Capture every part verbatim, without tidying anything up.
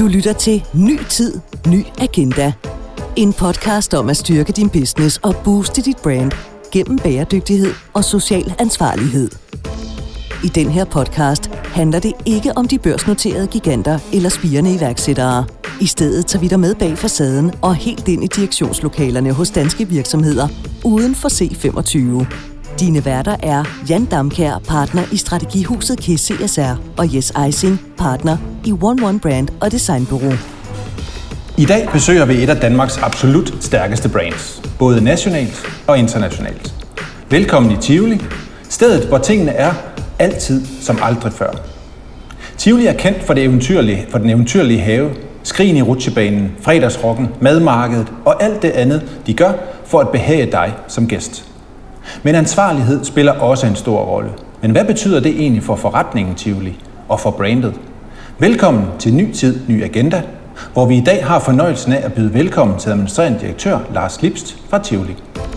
Du lytter til Ny Tid, Ny Agenda. En podcast om at styrke din business og booste dit brand gennem bæredygtighed og social ansvarlighed. I den her podcast handler det ikke om de børsnoterede giganter eller spirende iværksættere. I stedet tager vi dig med bag facaden og helt ind i direktionslokalerne hos danske virksomheder uden for C femogtyve. Dine værter er Jan Damkjær, partner i strategihuset K C S R, og Jes Eising, partner i One One Brand og Designbureau. I dag besøger vi et af Danmarks absolut stærkeste brands, både nationalt og internationalt. Velkommen i Tivoli, stedet hvor tingene er altid som aldrig før. Tivoli er kendt for, det eventyrlige, for den eventyrlige have, skrigen i rutsjebanen, fredagsrocken, madmarkedet og alt det andet, de gør for at behage dig som gæst. Men ansvarlighed spiller også en stor rolle. Men hvad betyder det egentlig for forretningen Tivoli og for brandet? Velkommen til Ny Tid, Ny Agenda, hvor vi i dag har fornøjelsen af at byde velkommen til administrerende direktør Lars Lipst fra Tivoli.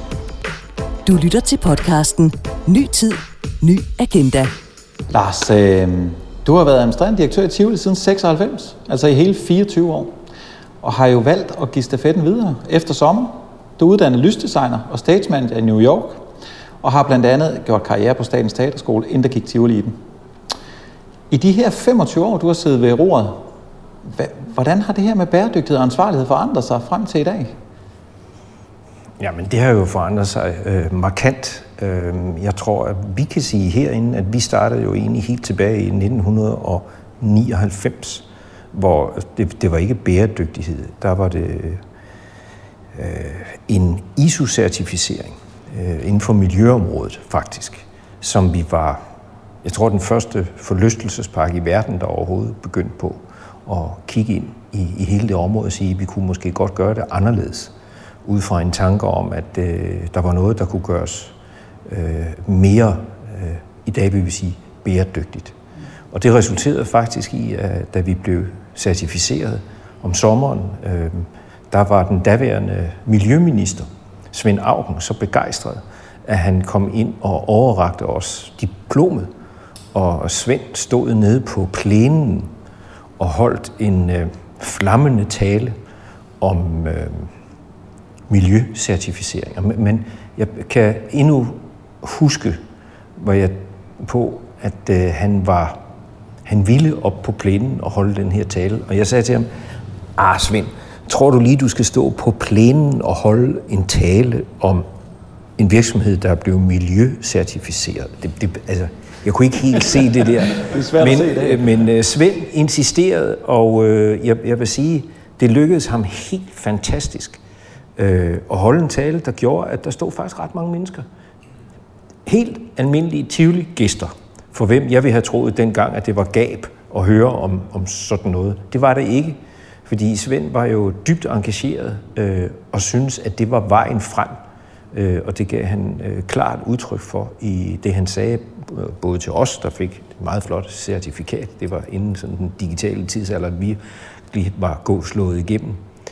Du lytter til podcasten Ny Tid, Ny Agenda. Lars, øh, du har været administrerende direktør i Tivoli siden seksoghalvfems, altså i hele fireogtyve år, og har jo valgt at give stafetten videre efter sommer. Du er uddannet lysdesigner og stage manager i New York, og har blandt andet gjort karriere på Statens Teaterskole, inden der gik Tivoli i den. I de her femogtyve år, du har siddet ved roret, hvordan har det her med bæredygtighed og ansvarlighed forandret sig frem til i dag? Jamen, det har jo forandret sig øh, markant. Øh, jeg tror, at vi kan sige herinde, at vi startede jo egentlig helt tilbage i nitten nioghalvfems, hvor det, det var ikke bæredygtighed. Der var det øh, en I S O-certificering øh, inden for miljøområdet, faktisk, som vi var, jeg tror, den første forlystelsespark i verden, der overhovedet begyndte på at kigge ind i, i hele det område og sige, at vi kunne måske godt gøre det anderledes, ud fra en tanke om, at øh, der var noget, der kunne gøres øh, mere, øh, i dag vil vi sige, bæredygtigt. Og det resulterede faktisk i, at da vi blev certificeret om sommeren, øh, der var den daværende miljøminister, Svend Auken, så begejstret, at han kom ind og overrakte os diplomet, og Svend stod nede på plænen og holdt en øh, flammende tale om øh, miljøcertificeringer. Men jeg kan endnu huske, hvor jeg på, at øh, han var, han ville op på plænen og holde den her tale, og jeg sagde til ham, ah Svend, tror du lige, du skal stå på plænen og holde en tale om en virksomhed, der er blevet miljøcertificeret? Det, det, altså, jeg kunne ikke helt se det der. Det er svært men, at se det. Men uh, Svend insisterede, og øh, jeg, jeg vil sige, det lykkedes ham helt fantastisk øh, at holde en tale, der gjorde, at der stod faktisk ret mange mennesker. Helt almindelige Tivoli-gæster, for hvem jeg ville have troet dengang, at det var gab at høre om, om sådan noget. Det var det ikke. Fordi Svend var jo dybt engageret øh, og syntes, at det var vejen frem. Øh, og det gav han øh, klart udtryk for i det, han sagde, både til os, der fik et meget flot certifikat. Det var inden sådan den digitale tidsalder, at vi lige var gået slået igennem.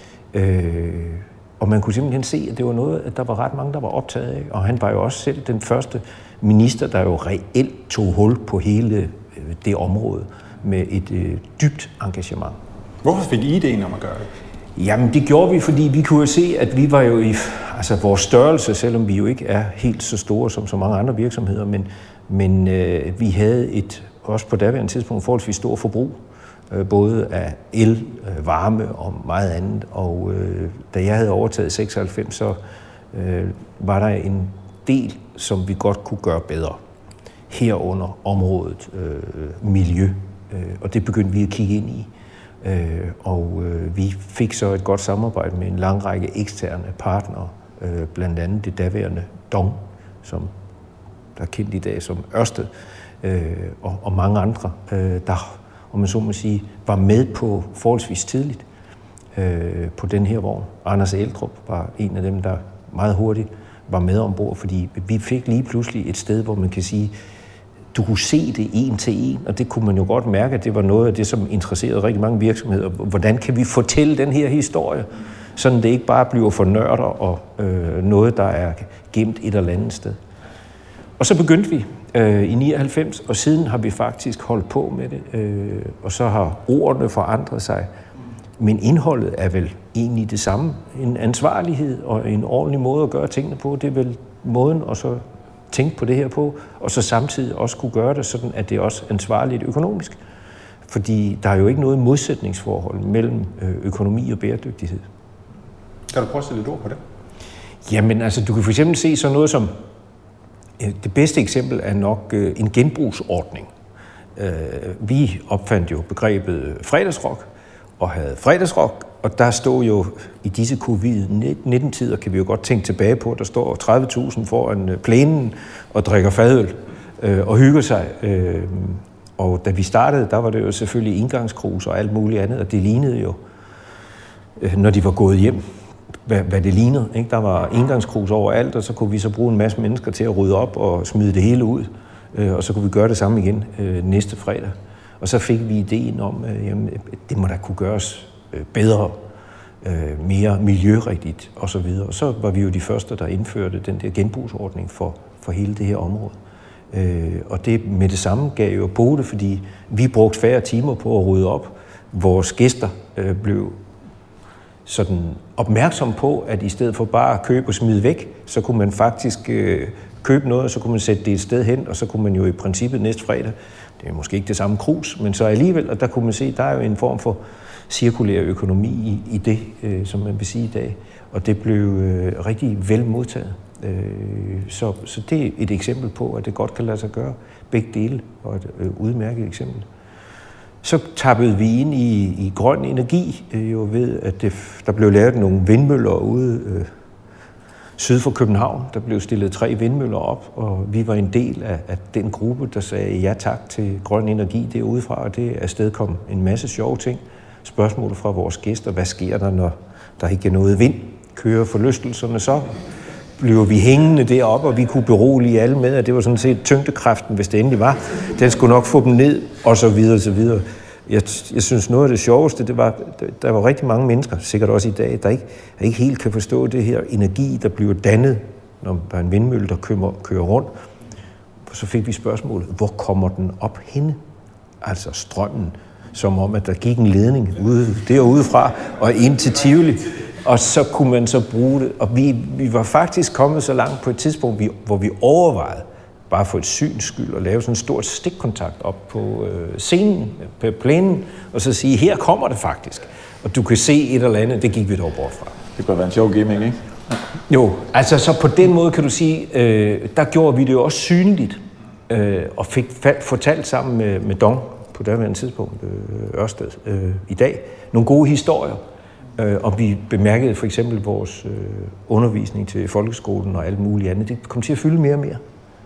Øh, og man kunne simpelthen se, at det var noget, at der var ret mange, der var optaget af. Og han var jo også selv den første minister, der jo reelt tog hul på hele øh, det område med et øh, dybt engagement. Hvorfor fik I idéen om at gøre det? Jamen, det gjorde vi, fordi vi kunne se, at vi var jo i altså, vores størrelse, selvom vi jo ikke er helt så store som så mange andre virksomheder, men, men øh, vi havde et, også på daværende tidspunkt, forholdsvis stort forbrug, øh, både af el, øh, varme og meget andet. Og øh, da jeg havde overtaget seksoghalvfems, så øh, var der en del, som vi godt kunne gøre bedre. Herunder området øh, miljø, øh, og det begyndte vi at kigge ind i. Øh, og øh, vi fik så et godt samarbejde med en lang række eksterne partnere, øh, blandt andet det daværende Dong, som der er kendt i dag som Ørsted, øh, og, og mange andre, øh, der, om man så må sige, var med på forholdsvis tidligt øh, på den her vogn. Anders Eldrup var en af dem, der meget hurtigt var med ombord, fordi vi fik lige pludselig et sted, hvor man kan sige, du kunne se det en til en, og det kunne man jo godt mærke, at det var noget af det, som interesserede rigtig mange virksomheder. Hvordan kan vi fortælle den her historie, sådan det ikke bare bliver for nørder og øh, noget, der er gemt et eller andet sted. Og så begyndte vi øh, i nioghalvfems, og siden har vi faktisk holdt på med det, øh, og så har ordene forandret sig men indholdet er vel egentlig det samme. En ansvarlighed og en ordentlig måde at gøre tingene på, det er vel måden at så tænke på det her på, og så samtidig også kunne gøre det sådan, at det er også ansvarligt økonomisk. Fordi der er jo ikke noget modsætningsforhold mellem økonomi og bæredygtighed. Kan du prøve at sætte lidt ord på det? Jamen altså, du kan for eksempel se sådan noget som, det bedste eksempel er nok en genbrugsordning. Vi opfandt jo begrebet fredagsrock, og havde fredagsrock, og der stod jo i disse covid nitten-tider, kan vi jo godt tænke tilbage på, der står tredive tusind foran plænen og drikker fadøl øh, og hygger sig. Øh, og da vi startede, der var det jo selvfølgelig indgangskrus og alt muligt andet, og det lignede jo, øh, når de var gået hjem, hvad, hvad det lignede. Ikke? Der var indgangskrus overalt, og så kunne vi så bruge en masse mennesker til at rydde op og smide det hele ud, øh, og så kunne vi gøre det samme igen øh, næste fredag. Og så fik vi ideen om, at jamen, det må da kunne gøres bedre, mere miljørigtigt osv. Og så var vi jo de første, der indførte den der genbrugsordning for, for hele det her område. Og det med det samme gav jo på det, fordi vi brugte færre timer på at rydde op. Vores gæster blev sådan opmærksom på, at i stedet for bare at købe og smide væk, så kunne man faktisk købe noget, og så kunne man sætte det et sted hen, og så kunne man jo i princippet næste fredag, det er måske ikke det samme krus, men så alligevel, og der kunne man se, der er jo en form for cirkulær økonomi i, i det, øh, som man vil sige i dag, og det blev øh, rigtig vel modtaget. Øh, så, så det er et eksempel på, at det godt kan lade sig gøre begge dele, og et øh, udmærket eksempel. Så tappede vi ind i, i grøn energi, øh, jo ved, at det, der blev lavet nogle vindmøller ude øh, syd for København. Der blev stillet tre vindmøller op, og vi var en del af, af den gruppe, der sagde ja tak til grøn energi derudefra, og det afstedkom en masse sjove ting. Spørgsmål fra vores gæster, hvad sker der, når der ikke er noget vind? Kører forlystelserne så? Bliver vi hængende deroppe, og vi kunne berolige alle med, at det var sådan set tyngdekraften, hvis det endelig var. Den skulle nok få dem ned, og så videre, og så videre. Jeg, jeg synes, noget af det sjoveste, det var, der var rigtig mange mennesker, sikkert også i dag, der ikke, der ikke helt kan forstå det her energi, der bliver dannet, når der er en vindmølle, der kører, kører rundt. Så fik vi spørgsmålet, hvor kommer den op henne? Altså strømmen, som om, at der gik en ledning ude, derudefra og ind til Tivoli. Og så kunne man så bruge det. Og vi, vi var faktisk kommet så langt på et tidspunkt, vi, hvor vi overvejede, bare for et syns skyld, at lave sådan en stort stikkontakt op på øh, scenen, på plænen, og så sige, her kommer det faktisk. Og du kan se et eller andet, det gik vi dog bort fra. Det kunne være en sjov gimmick, ikke? Jo, altså så på den måde kan du sige, øh, der gjorde vi det jo også synligt, øh, og fik fortalt sammen med, med Dong, på daværende tidspunkt, øh, Ørsted, øh, i dag, nogle gode historier. Øh, og vi bemærkede for eksempel vores øh, undervisning til folkeskolen og alt muligt andet. Det kom til at fylde mere og mere.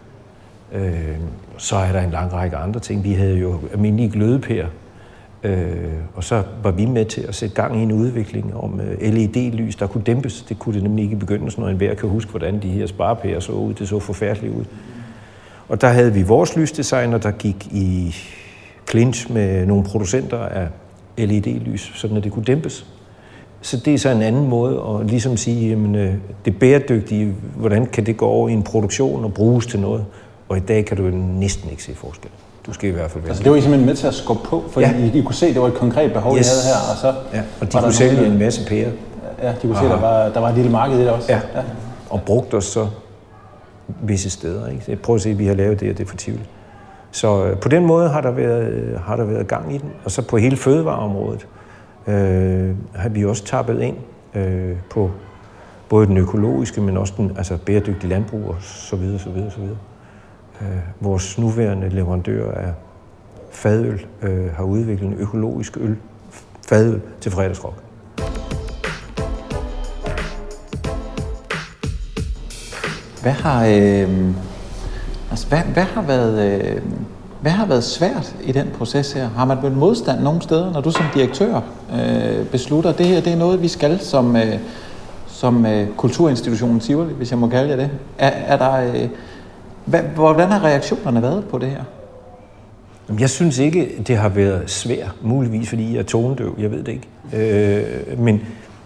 Øh, så er der en lang række andre ting. Vi havde jo almindelige glødepærer, øh, og så var vi med til at sætte gang i en udvikling om øh, L E D-lys, der kunne dæmpes. Det kunne det nemlig ikke i begyndelsen, når enhver kan huske, hvordan de her sparepærer så ud. Det så forfærdeligt ud. Og der havde vi vores lysdesigner, der gik i clinch med nogle producenter af L E D-lys, sådan at det kunne dæmpes. Så det er så en anden måde at ligesom sige, jamen, det bæredygtige, hvordan kan det gå over i en produktion og bruges til noget? Og i dag kan du næsten ikke se forskel. Du skal i hvert fald være. Altså det var I simpelthen med til at skubbe på, fordi ja. I, I kunne se, at det var et konkret behov, yes. I havde her, og så... Ja, og de kunne sælge nogle, en masse pærer. Ja, de kunne Aha. se, at der var, der var et lille marked i det også. Ja, ja. Og brugte os så visse steder. Ikke? Så prøv at se, at vi har lavet det, og det er for Tivoli. Så øh, på den måde har der, været, har der været gang i den. Og så på hele fødevareområdet øh, har vi også tappet ind øh, på både den økologiske, men også den altså bæredygtige landbrug og så videre, så videre, så videre. Øh, vores nuværende leverandør af fadøl øh, har udviklet en økologisk øl, fadøl til fredagsrock. Hvad har, øh, altså, hvad, hvad, har været, øh, hvad har været svært i den proces her? Har man mødt modstand nogle steder, når du som direktør øh, beslutter, at det her det er noget, vi skal som, øh, som øh, kulturinstitutionen Tivoli, hvis jeg må kalde jer det? Er, er der, øh, hvad, hvordan har reaktionerne været på det her? Jeg synes ikke, det har været svært, muligvis fordi jeg er tonedøv, jeg ved det ikke. Øh, men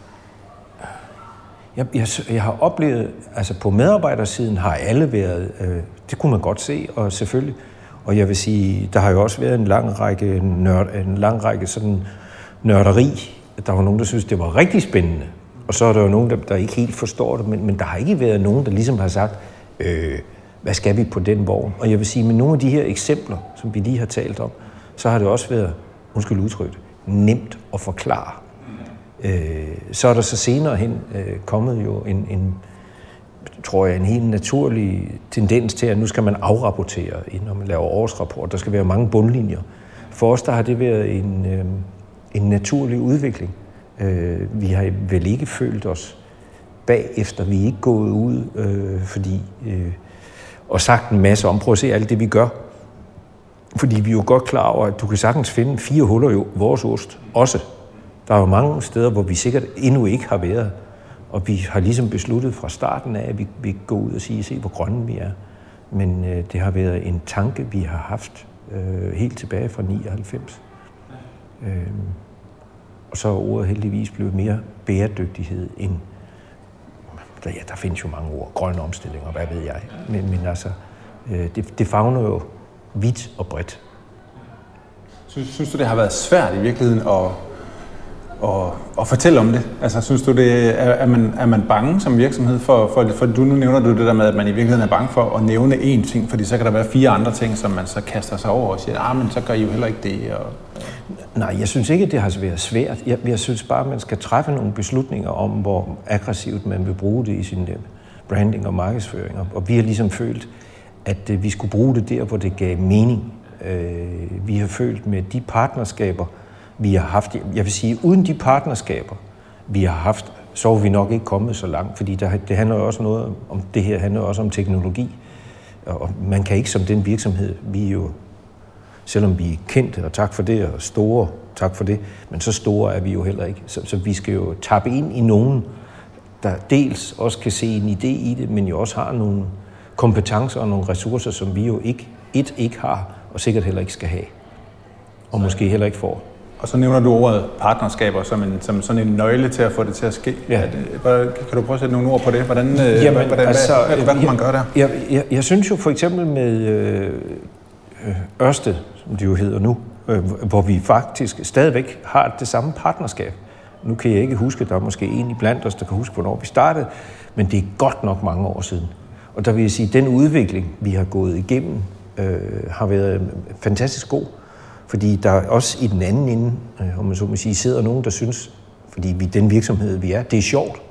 Jeg, jeg, jeg har oplevet, altså på medarbejdersiden har alle været, øh, det kunne man godt se, og selvfølgelig, og jeg vil sige, der har jo også været en lang række, nørd, en lang række sådan nørderi der var nogen, der synes det var rigtig spændende. Og så er der jo nogen, der, der ikke helt forstår det, men, men der har ikke været nogen, der ligesom har sagt, øh, hvad skal vi på den vogn? Og jeg vil sige, med nogle af de her eksempler, som vi lige har talt om, så har det også været, undskyld udtrykt, nemt at forklare. Øh, så er der så senere hen øh, kommet jo en, en, tror jeg, en helt naturlig tendens til, at nu skal man afrapportere, når man laver årsrapport. Der skal være mange bundlinjer. For os, der har det været en, øh, en naturlig udvikling. Øh, vi har vel ikke følt os bagefter. Vi er ikke gået ud, øh, fordi... Øh, og sagt en masse om, prøv at se alt det, vi gør. Fordi vi er jo godt klar over, at du kan sagtens finde fire huller i vores ost også. Der er jo mange steder, hvor vi sikkert endnu ikke har været. Og vi har ligesom besluttet fra starten af, at vi, vi går ud og siger, se hvor grønne vi er. Men øh, det har været en tanke, vi har haft øh, helt tilbage fra nioghalvfems. Øh, og så er ordet heldigvis blevet mere bæredygtighed end... Der, ja, der findes jo mange ord. Grønne omstillinger, hvad ved jeg. Men, men altså, øh, det, det favner jo vidt og bredt. Synes, synes du, det har været svært i virkeligheden at, at, at fortælle om det? Altså, synes du, det er, er, man, er man bange som virksomhed for, for, for du, nu nævner du det der med, at man i virkeligheden er bange for at nævne én ting, fordi så kan der være fire andre ting, som man så kaster sig over og siger, ah, men så gør I jo heller ikke det. Og... Nej, jeg synes ikke, at det har været svært. Jeg, jeg synes bare, at man skal træffe nogle beslutninger om, hvor aggressivt man vil bruge det i sin branding og markedsføring. Og vi har ligesom følt, at vi skulle bruge det der, hvor det gav mening. Vi har følt med de partnerskaber, vi har haft. Jeg vil sige, uden de partnerskaber, vi har haft, så er vi nok ikke kommet så langt. Fordi der, det handler jo også noget om, det her handler også om teknologi. Og man kan ikke som den virksomhed, vi er jo... Selvom vi er kendte, og tak for det, og store, tak for det, men så store er vi jo heller ikke. Så, så vi skal jo tappe ind i nogen, der dels også kan se en idé i det, men jo også har nogle kompetencer og nogle ressourcer, som vi jo ikke, et, ikke har, og sikkert heller ikke skal have. Og måske heller ikke får. Og så nævner du ordet partnerskaber som, en, som sådan en nøgle til at få det til at ske. Ja. Kan du prøve at sætte nogle ord på det? Hvordan, Jamen, hvordan, altså, hvad, hvad, hvad kan man gøre der? Jeg, jeg, jeg synes jo for eksempel med øh, Ørsted, som det jo hedder nu, øh, hvor vi faktisk stadigvæk har det samme partnerskab. Nu kan jeg ikke huske, der er måske en i blandt os, der kan huske, hvornår vi startede, men det er godt nok mange år siden. Og der vil jeg sige, at den udvikling, vi har gået igennem, øh, har været fantastisk god. Fordi der også i den anden ende, øh, om man så må sige, sidder nogen, der synes, fordi vi den virksomhed, vi er, det er sjovt.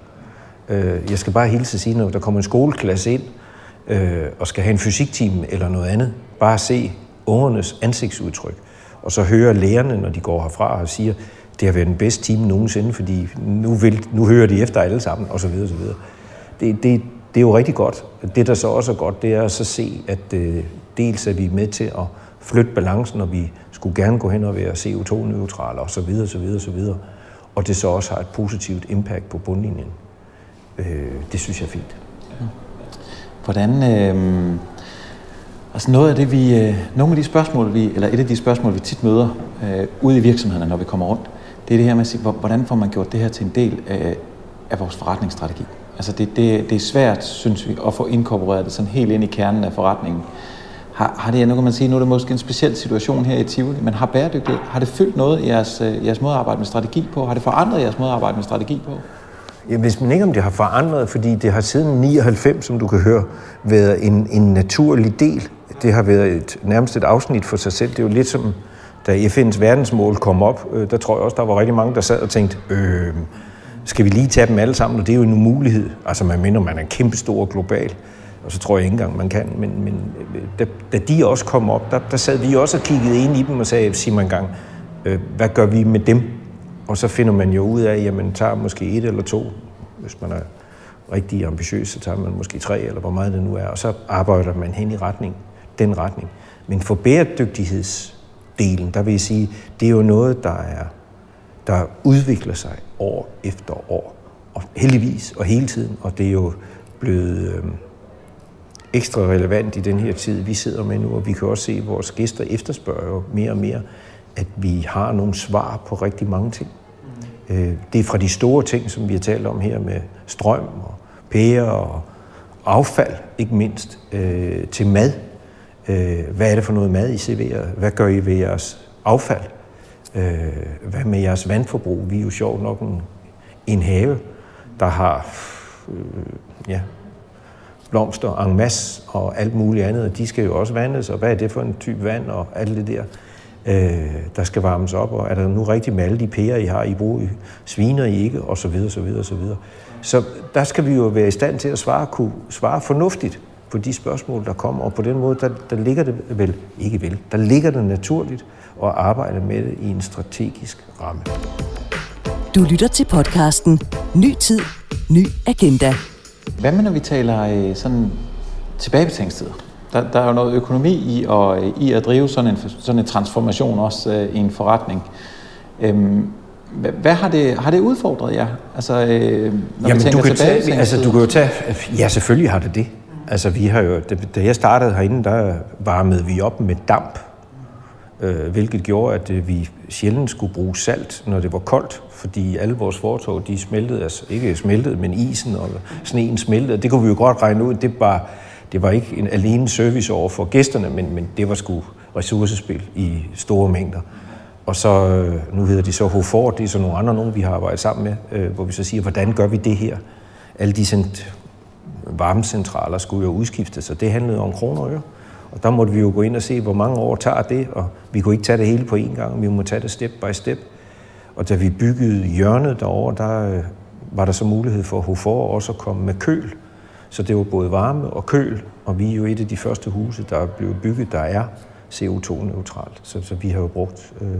Øh, jeg skal bare hilse at sige, når der kommer en skoleklasse ind øh, og skal have en fysiktime eller noget andet, bare se ungernes ansigtsudtryk, og så høre lærerne, når de går herfra og siger, det har været den bedste time nogensinde, fordi nu, vil, nu hører de efter alle sammen, og så videre, og så videre. Det, det, det er jo rigtig godt. Det, der så også er godt, det er at så se, at øh, dels er vi med til at flytte balancen, og vi skulle gerne gå hen og være C O to neutrale, og så videre, så videre, så videre. Og det så også har et positivt impact på bundlinjen. Øh, det synes jeg er fint. Hvordan... Øh... Altså noget af det, vi, øh, nogle af de spørgsmål, vi, eller et af de spørgsmål, vi tit møder øh, ude i virksomhederne, når vi kommer rundt, det er det her med at sige, hvordan får man gjort det her til en del af, af vores forretningsstrategi? Altså det, det, det er svært, synes vi, at få inkorporeret det sådan helt ind i kernen af forretningen. Har, har det, nu kan man sige, nu er det måske en speciel situation her i Tivoli, men har bæredygtighed, har det fyldt noget i jeres, jeres måde at arbejde med strategi på? Har det forandret jeres måde at arbejde med strategi på? Ja, hvis man ikke om det har forandret, fordi det har siden nioghalvfems, som du kan høre, været en, en naturlig del. Det har været et, nærmest et afsnit for sig selv. Det er jo lidt som, da F N's verdensmål kom op, øh, der tror jeg også, der var rigtig mange, der sad og tænkte, øh, skal vi lige tage dem alle sammen? Og det er jo en umulighed. Altså man mener, man er kæmpestor og global, og så tror jeg ikke engang, man kan. Men, men da, da de også kom op, der, der sad vi også og kiggede ind i dem og sagde, sig mig engang, øh, hvad gør vi med dem? Og så finder man jo ud af, at man tager måske et eller to, hvis man er rigtig ambitiøs, så tager man måske tre, eller hvor meget det nu er, og så arbejder man hen i retning, den retning. Men for bæredygtighedsdelen, der vil jeg sige, det er jo noget, der, er, der udvikler sig år efter år, og heldigvis og hele tiden, og det er jo blevet øh, ekstra relevant i den her tid, vi sidder med nu, og vi kan også se, at vores gæster efterspørger jo mere og mere, at vi har nogle svar på rigtig mange ting. Mm. Det er fra de store ting, som vi har talt om her med strøm og pære og affald, ikke mindst, øh, til mad. Øh, hvad er det for noget mad, I serverer? Hvad gør I ved jeres affald? Øh, hvad med jeres vandforbrug? Vi er jo sjovt nok en, en have, der har øh, ja, blomster en masse og alt muligt andet, og de skal jo også vandes, og hvad er det for en type vand og alt det der, øh, der skal varmes op, og er der nu rigtigt med alle de pærer, I har, I bruger, sviner I ikke, og så videre, så videre, så videre. Så der skal vi jo være i stand til at svare, kunne svare fornuftigt på de spørgsmål, der kommer, og på den måde, der, der ligger det vel, ikke vel, der ligger det naturligt at arbejde med det i en strategisk ramme. Du lytter til podcasten Ny Tid, Ny Agenda. Hvad med, når vi taler sådan tilbagebetalingstider? Der, der er jo noget økonomi i at, i at drive sådan en, sådan en transformation også øh, i en forretning. Øhm, hvad, hvad har det, har det udfordret jer? Altså, øh, når Jamen, vi tænker du kan tage, altså, du kan jo tage, ja, selvfølgelig har det det. Altså, vi har jo, da jeg startede herinde, der varmede vi op med damp, øh, hvilket gjorde, at øh, vi sjældent skulle bruge salt, når det var koldt, fordi alle vores fortov, de smeltede, altså ikke smeltede, men isen og sneen smeltede. Det kunne vi jo godt regne ud. Det var, det var ikke en alene service over for gæsterne, men, men det var sgu ressourcespil i store mængder. Og så, nu hedder de så Hofort, det er så nogle andre, nogen vi har arbejdet sammen med, øh, hvor vi så siger, hvordan gør vi det her? Alle de cent- varmecentraler skulle jo udskiftes, og det handlede om kroner og øre. Og der måtte vi jo gå ind og se, hvor mange år tager det, og vi kunne ikke tage det hele på én gang, vi må tage det step by step. Og da vi byggede hjørnet derovre, der øh, var der så mulighed for Hofort også at komme med køl. Så det var både varme og køl, og vi er jo et af de første huse, der er blevet bygget, der er C O to neutralt. Så, så vi har jo brugt øh,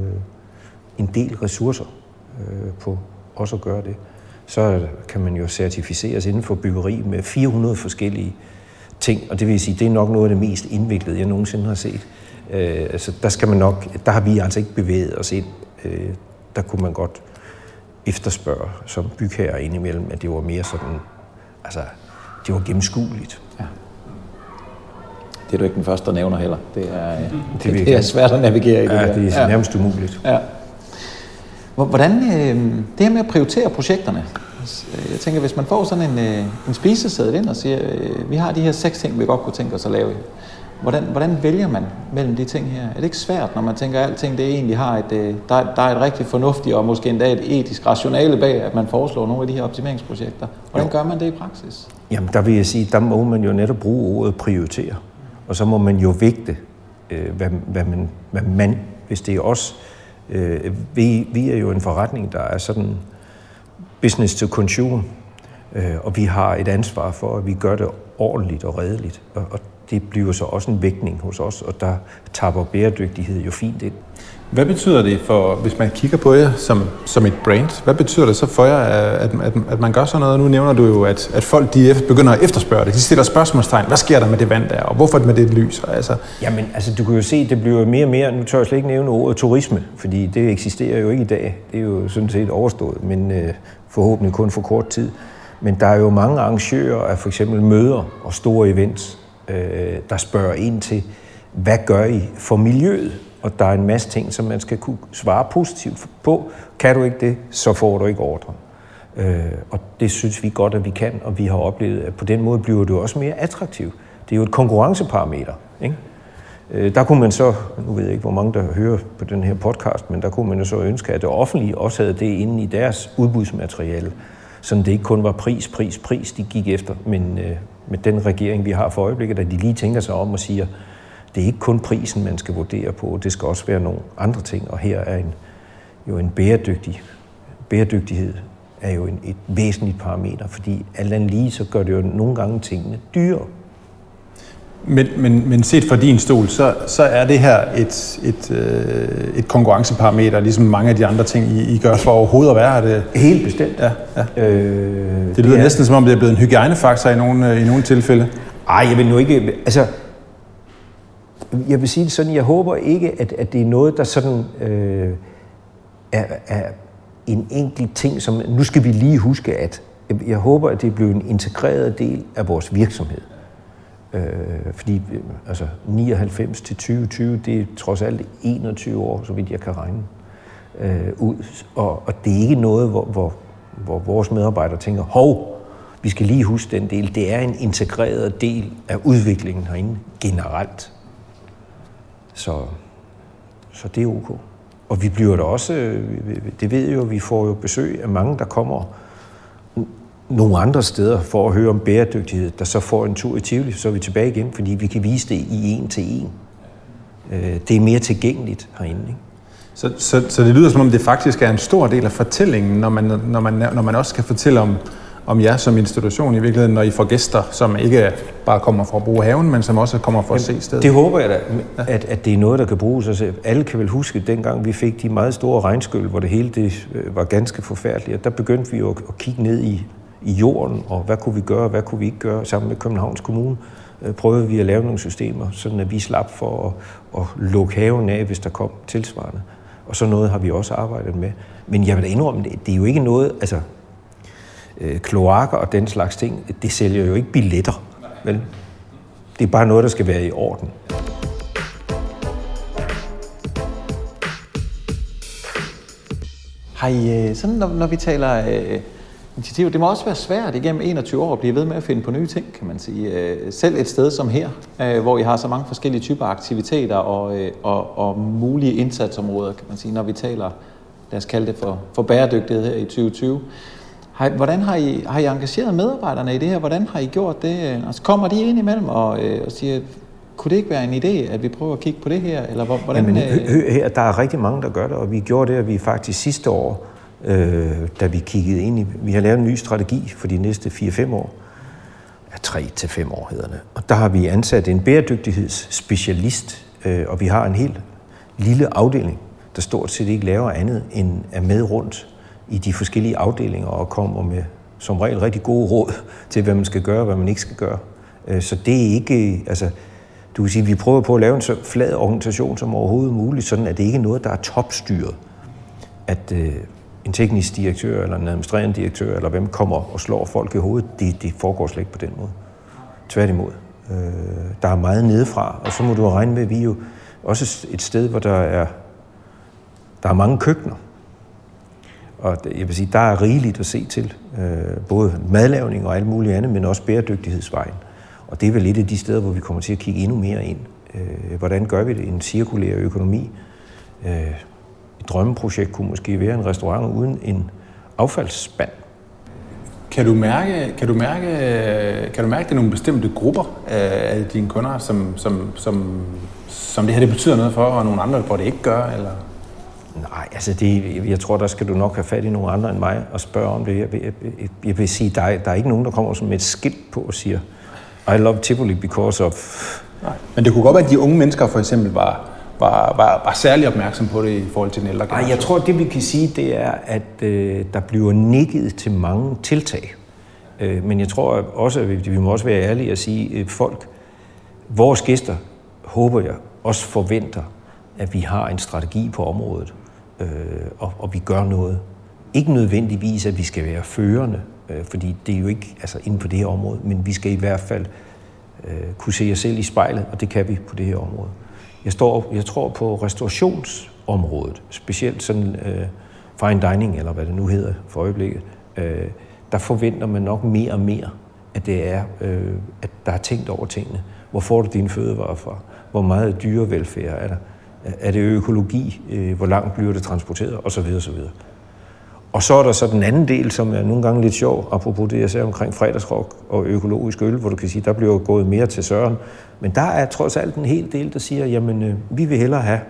en del ressourcer øh, på også at gøre det. Så kan man jo certificeres inden for byggeri med fire hundrede forskellige ting, og det vil sige, det er nok noget af det mest indviklede, jeg nogensinde har set. Øh, altså, der skal man nok, der har vi altså ikke bevæget os ind. Øh, der kunne man godt efterspørge som bygherre indimellem, at det var mere sådan, altså, det var gennemskueligt. Ja. Det er du ikke den første, der nævner heller. Det er, det, det er svært at navigere i det. Ja, der. det er nærmest ja. umuligt. Ja. Hvordan, øh, det her med at prioritere projekterne, jeg tænker, hvis man får sådan en, øh, en spiseseddel ind og siger, øh, vi har de her seks ting, vi godt kunne tænke os at lave, hvordan, hvordan vælger man mellem de ting her? Er det ikke svært, når man tænker, at alting det egentlig har et, øh, der, der er et rigtig fornuftigt og måske endda et etisk rationale bag, at man foreslår nogle af de her optimeringsprojekter? Hvordan jo. gør man det i praksis? Jamen, der vil jeg sige, der må man jo netop bruge ordet prioritere. Og så må man jo vægte, øh, hvad, hvad, man, hvad man, hvis det er os. Øh, vi, vi er jo en forretning, der er sådan business to consumer, øh, og vi har et ansvar for, at vi gør det ordentligt og redeligt. Og, og det bliver så også en vægtning hos os, og der tapper bæredygtighed jo fint ind. Hvad betyder det for, hvis man kigger på jer som, som et brand, hvad betyder det så for jer, at, at, at man gør sådan noget? Nu nævner du jo, at, at folk de begynder at efterspørge det. De stiller spørgsmålstegn. Hvad sker der med det vand der, og hvorfor med det lys? Altså... Jamen, altså, du kan jo se, det bliver mere og mere, nu tør jeg slet ikke nævne ordet turisme, fordi det eksisterer jo ikke i dag. Det er jo sådan set overstået, men øh, forhåbentlig kun for kort tid. Men der er jo mange arrangører af for eksempel møder og store events, øh, der spørger ind til, hvad gør I for miljøet? Og der er en masse ting, som man skal kunne svare positivt på. Kan du ikke det, så får du ikke ordre. Øh, og det synes vi godt, at vi kan, og vi har oplevet, at på den måde bliver det også mere attraktivt. Det er jo et konkurrenceparameter, ikke? Øh, der kunne man så, nu ved jeg ikke, hvor mange der hører på den her podcast, men der kunne man jo så ønske, at det offentlige også havde det inde i deres udbudsmateriale, så det ikke kun var pris, pris, pris, de gik efter, men øh, med den regering, vi har for øjeblikket, at de lige tænker sig om og siger, det er ikke kun prisen, man skal vurdere på, det skal også være nogle andre ting, og her er en, jo en bæredygtig, bæredygtighed er jo en, et væsentligt parameter, fordi alt andet lige, så gør det jo nogle gange tingene dyrere. Men, men, men set fra din stol, så, så er det her et, et, øh, et konkurrenceparameter, ligesom mange af de andre ting, I, I gør for overhovedet at være det. Helt bestemt. Ja, ja. Øh, det lyder det er, næsten som om, det er blevet en hygiejnefaktor i nogle, i nogle tilfælde. Ej, jeg vil nu ikke... Altså, jeg vil sige det sådan, jeg håber ikke, at, at det er noget, der sådan øh, er, er en enkelt ting, som nu skal vi lige huske, at jeg, jeg håber, at det bliver en integreret del af vores virksomhed. Øh, fordi altså nioghalvfems til tyve tyve, det er trods alt enogtyve år, så vidt jeg kan regne øh, ud. Og, og det er ikke noget, hvor, hvor, hvor vores medarbejdere tænker, hov, vi skal lige huske den del. Det er en integreret del af udviklingen herinde generelt. Så, så det er ok. Og vi bliver da også, det ved jo, vi får jo besøg af mange, der kommer nogle andre steder for at høre om bæredygtighed, der så får en tur i Tivoli, så er vi tilbage igen, fordi vi kan vise det i en til en. Det er mere tilgængeligt herinde, ikke? Så, så, så det lyder som om, det faktisk er en stor del af fortællingen, når man, når man, når man også skal fortælle om, om jer som institution i virkeligheden, når I får gæster, som ikke bare kommer for at bruge haven, men som også kommer for at se stedet. Det håber jeg da, at, at det er noget, der kan bruges. Altså, alle kan vel huske, dengang vi fik de meget store regnskyl, hvor det hele det var ganske forfærdeligt, og der begyndte vi jo at kigge ned i, i jorden, og hvad kunne vi gøre, hvad kunne vi ikke gøre. Sammen med Københavns Kommune prøvede vi at lave nogle systemer, sådan at vi slap for at, at lukke haven af, hvis der kom tilsvarende. Og så noget har vi også arbejdet med. Men jeg vil da indrømme, det, det er jo ikke noget, altså øh, kloakker og den slags ting, det sælger jo ikke billetter, vel? Det er bare noget, der skal være i orden. Har I, sådan når, når vi taler øh, initiativ, det må også være svært igennem enogtyve år at blive ved med at finde på nye ting, kan man sige. Øh, selv et sted som her, øh, hvor I har så mange forskellige typer aktiviteter og, øh, og, og mulige indsatsområder, kan man sige, når vi taler, lad os kalde det for, for bæredygtighed her i tyve tyve. Har, hvordan har I, har I engageret medarbejderne i det her? Hvordan har I gjort det? Altså, kommer de ind imellem og, øh, og siger, kunne det ikke være en idé, at vi prøver at kigge på det her? Eller hvordan, Jamen, øh... her, der er rigtig mange, der gør det, og vi gjorde det, at vi faktisk sidste år, øh, da vi kiggede ind i, vi har lavet en ny strategi for de næste fire fem år, ja, tre til fem år hedder det, og der har vi ansat en bæredygtighedsspecialist, øh, og vi har en helt lille afdeling, der stort set ikke laver andet end er med rundt i de forskellige afdelinger og kommer med som regel rigtig gode råd til, hvad man skal gøre og hvad man ikke skal gøre. Så det er ikke, altså, du kan sige, vi prøver på at lave en så flad organisation som overhovedet muligt, sådan at det ikke er noget, der er topstyret. At øh, en teknisk direktør eller en administrerende direktør eller hvem kommer og slår folk i hovedet, det, det foregår slet ikke på den måde. Tværtimod. Øh, der er meget nedefra, og så må du regne med, at vi er jo også et sted, hvor der er, der er mange køkkener. Og jeg vil sige, der er rigeligt at se til, øh, både madlavning og alt muligt andet, men også bæredygtighedsvejen. Og det er vel et af de steder, hvor vi kommer til at kigge endnu mere ind. Øh, hvordan gør vi det? En cirkulær økonomi. Øh, et drømmeprojekt kunne måske være en restaurant uden en affaldsspand. Kan du mærke, kan du mærke, kan du mærke, det er nogle bestemte grupper af dine kunder, som, som, som, som det her det betyder noget for, og nogle andre, hvor det ikke gør? Eller? Nej, altså det, jeg tror, der skal du nok have fat i nogle andre end mig og spørge om det. Jeg, jeg, jeg, jeg vil sige, der er, der er ikke nogen, der kommer med et skilt på og siger, I love Tivoli because of... Nej, men det kunne godt være, at de unge mennesker for eksempel var, var, var, var særlig opmærksom på det i forhold til den ældre generation. Nej, jeg tror, det vi kan sige, det er, at øh, der bliver nikket til mange tiltag. Øh, men jeg tror også, at vi, vi må også være ærlige og sige, at folk, vores gæster, håber jeg, også forventer, at vi har en strategi på området, øh, og, og vi gør noget. Ikke nødvendigvis, at vi skal være førende, øh, fordi det er jo ikke altså, inden for det her område, men vi skal i hvert fald øh, kunne se os selv i spejlet, og det kan vi på det her område. Jeg, står, jeg tror på restaurationsområdet, specielt sådan øh, fine dining, eller hvad det nu hedder for øjeblikket, øh, der forventer man nok mere og mere, at det er, øh, at der er tænkt over tingene. Hvor får du dine fødevarer fra? Hvor meget dyrevelfærd er der? Er det økologi? Hvor langt bliver det transporteret? Og så videre, så videre. Og så er der så den anden del, som er nogle gange lidt sjov, apropos det, jeg sagde omkring fredagsrock og økologisk øl, hvor du kan sige, der bliver gået mere til søren. Men der er trods alt en hel del, der siger, jamen, øh, vi vil hellere have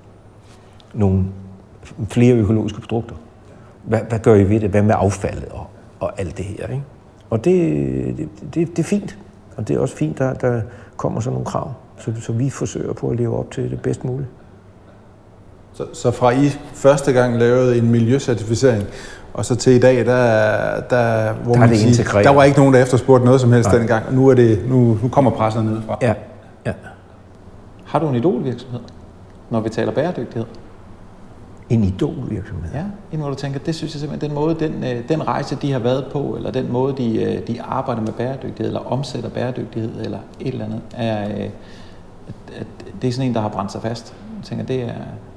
nogle flere økologiske produkter. Hvad, hvad gør I ved det? Hvad med affaldet og, og alt det her? Ikke? Og det, det, det, det er fint. Og det er også fint, der, der kommer sådan nogle krav. Så, så vi forsøger på at leve op til det bedst muligt. Så, så fra I første gang lavede en miljøcertificering, og så til i dag, der, der, hvor der, man det siger, der var ikke nogen, der efterspurgte noget som helst Nej. dengang, og nu, er det, nu, nu kommer presset nedefra. Ja, ja. Har du en idolvirksomhed, når vi taler bæredygtighed? En idolvirksomhed? Ja, en hvor du tænker, det synes jeg simpelthen, den måde, den, den rejse, de har været på, eller den måde, de, de arbejder med bæredygtighed, eller omsætter bæredygtighed, eller et eller andet, er, at, at det er sådan en, der har brændt sig fast. Jeg tænker, det er...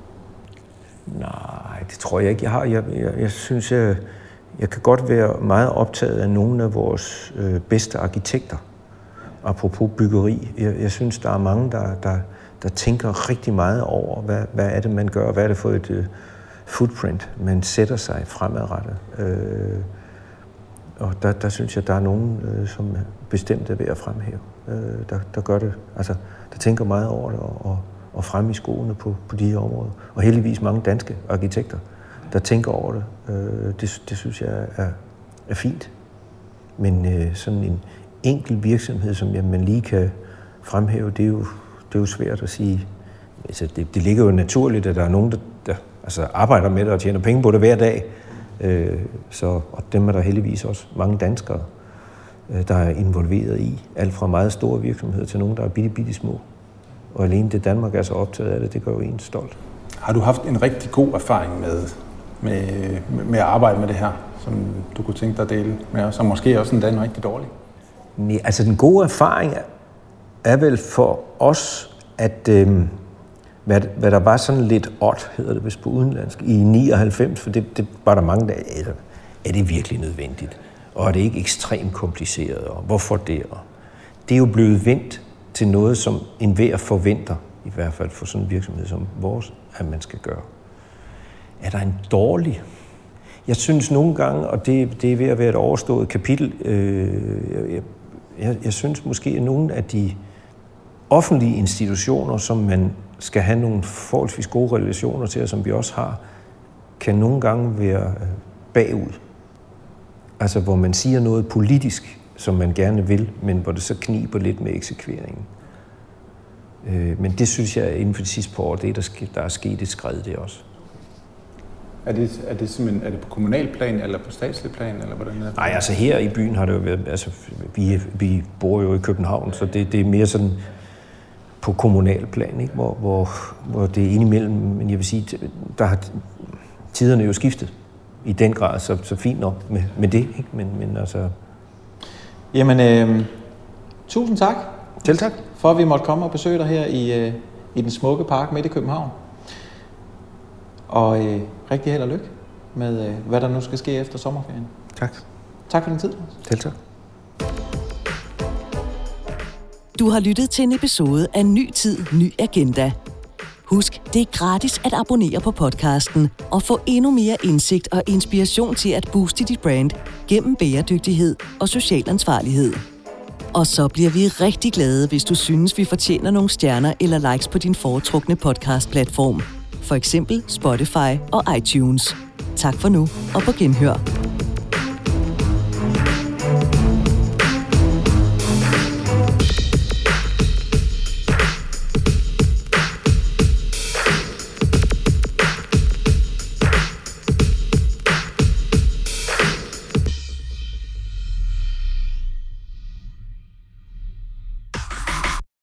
Nej, det tror jeg ikke, jeg har. Jeg, jeg, jeg synes, jeg, jeg kan godt være meget optaget af nogle af vores øh, bedste arkitekter. Apropos byggeri. Jeg, jeg synes, der er mange, der, der, der tænker rigtig meget over, hvad, hvad er det, man gør, hvad er det for et uh, footprint, man sætter sig fremadrettet. Øh, og der, der synes jeg, der er nogen, øh, som bestemt er ved at fremhæve, øh, der, der gør det, altså, der tænker meget over det og, og, og frem i skoene på, på de her områder. Og heldigvis mange danske arkitekter, der tænker over det. Øh, det, det synes jeg er, er fint. Men øh, sådan en enkel virksomhed, som jeg, man lige kan fremhæve, det er jo, det er jo svært at sige. Altså, det, det ligger jo naturligt, at der er nogen, der, der altså, arbejder med det og tjener penge på det hver dag. Øh, så, og dem er der heldigvis også mange danskere, øh, der er involveret i. Alt fra meget store virksomheder til nogen, der er bitte, bitte små. Og alene det Danmark er så optaget af det, det gør jo en stolt. Har du haft en rigtig god erfaring med, med, med at arbejde med det her, som du kunne tænke dig at dele med os, og måske også endda en rigtig dårlig? Nej, altså den gode erfaring er vel for os, at øh, hvad, hvad der var sådan lidt odd, hedder det vist på udenlandsk, i nioghalvfems, for det, det var der mange dage, altså, er det virkelig nødvendigt? Og er det ikke ekstremt kompliceret? Og hvorfor det? Og det er jo blevet vendt til noget, som enhver forventer, i hvert fald for sådan en virksomhed som vores, at man skal gøre. Er der en dårlig? Jeg synes nogle gange, og det, det er ved at være et overstået kapitel, øh, jeg, jeg, jeg synes måske, at nogle af de offentlige institutioner, som man skal have nogle forholdsvis gode relationer til, og som vi også har, kan nogle gange være bagud. Altså hvor man siger noget politisk, som man gerne vil, men hvor det så kniber lidt med eksekveringen. Øh, men det synes jeg inden for de sidste par år, det er, der, sk- der er sket et skred det også. Er det, er det simpelthen er det på kommunalplan eller på statslig plan, eller hvordan er det? Nej, altså her i byen har det jo været, altså vi, vi bor jo i København, så det, det er mere sådan på kommunalplan, ikke? Hvor, hvor, hvor det er indimellem, men jeg vil sige, der har tiderne jo skiftet i den grad, så, så fint nok med, med det, ikke? Men, men altså... Jamen, øh, tusind tak. Selv tak. For at vi måtte komme og besøge dig her i, øh, i den smukke park midt i København. Og øh, rigtig held og lykke med, øh, hvad der nu skal ske efter sommerferien. Tak. Tak for din tid. Selv tak. Du har lyttet til en episode af Ny Tid, Ny Agenda. Husk, det er gratis at abonnere på podcasten og få endnu mere indsigt og inspiration til at booste dit brand gennem bæredygtighed og social ansvarlighed. Og så bliver vi rigtig glade, hvis du synes, vi fortjener nogle stjerner eller likes på din foretrukne podcastplatform. For eksempel Spotify og iTunes. Tak for nu, og på genhør.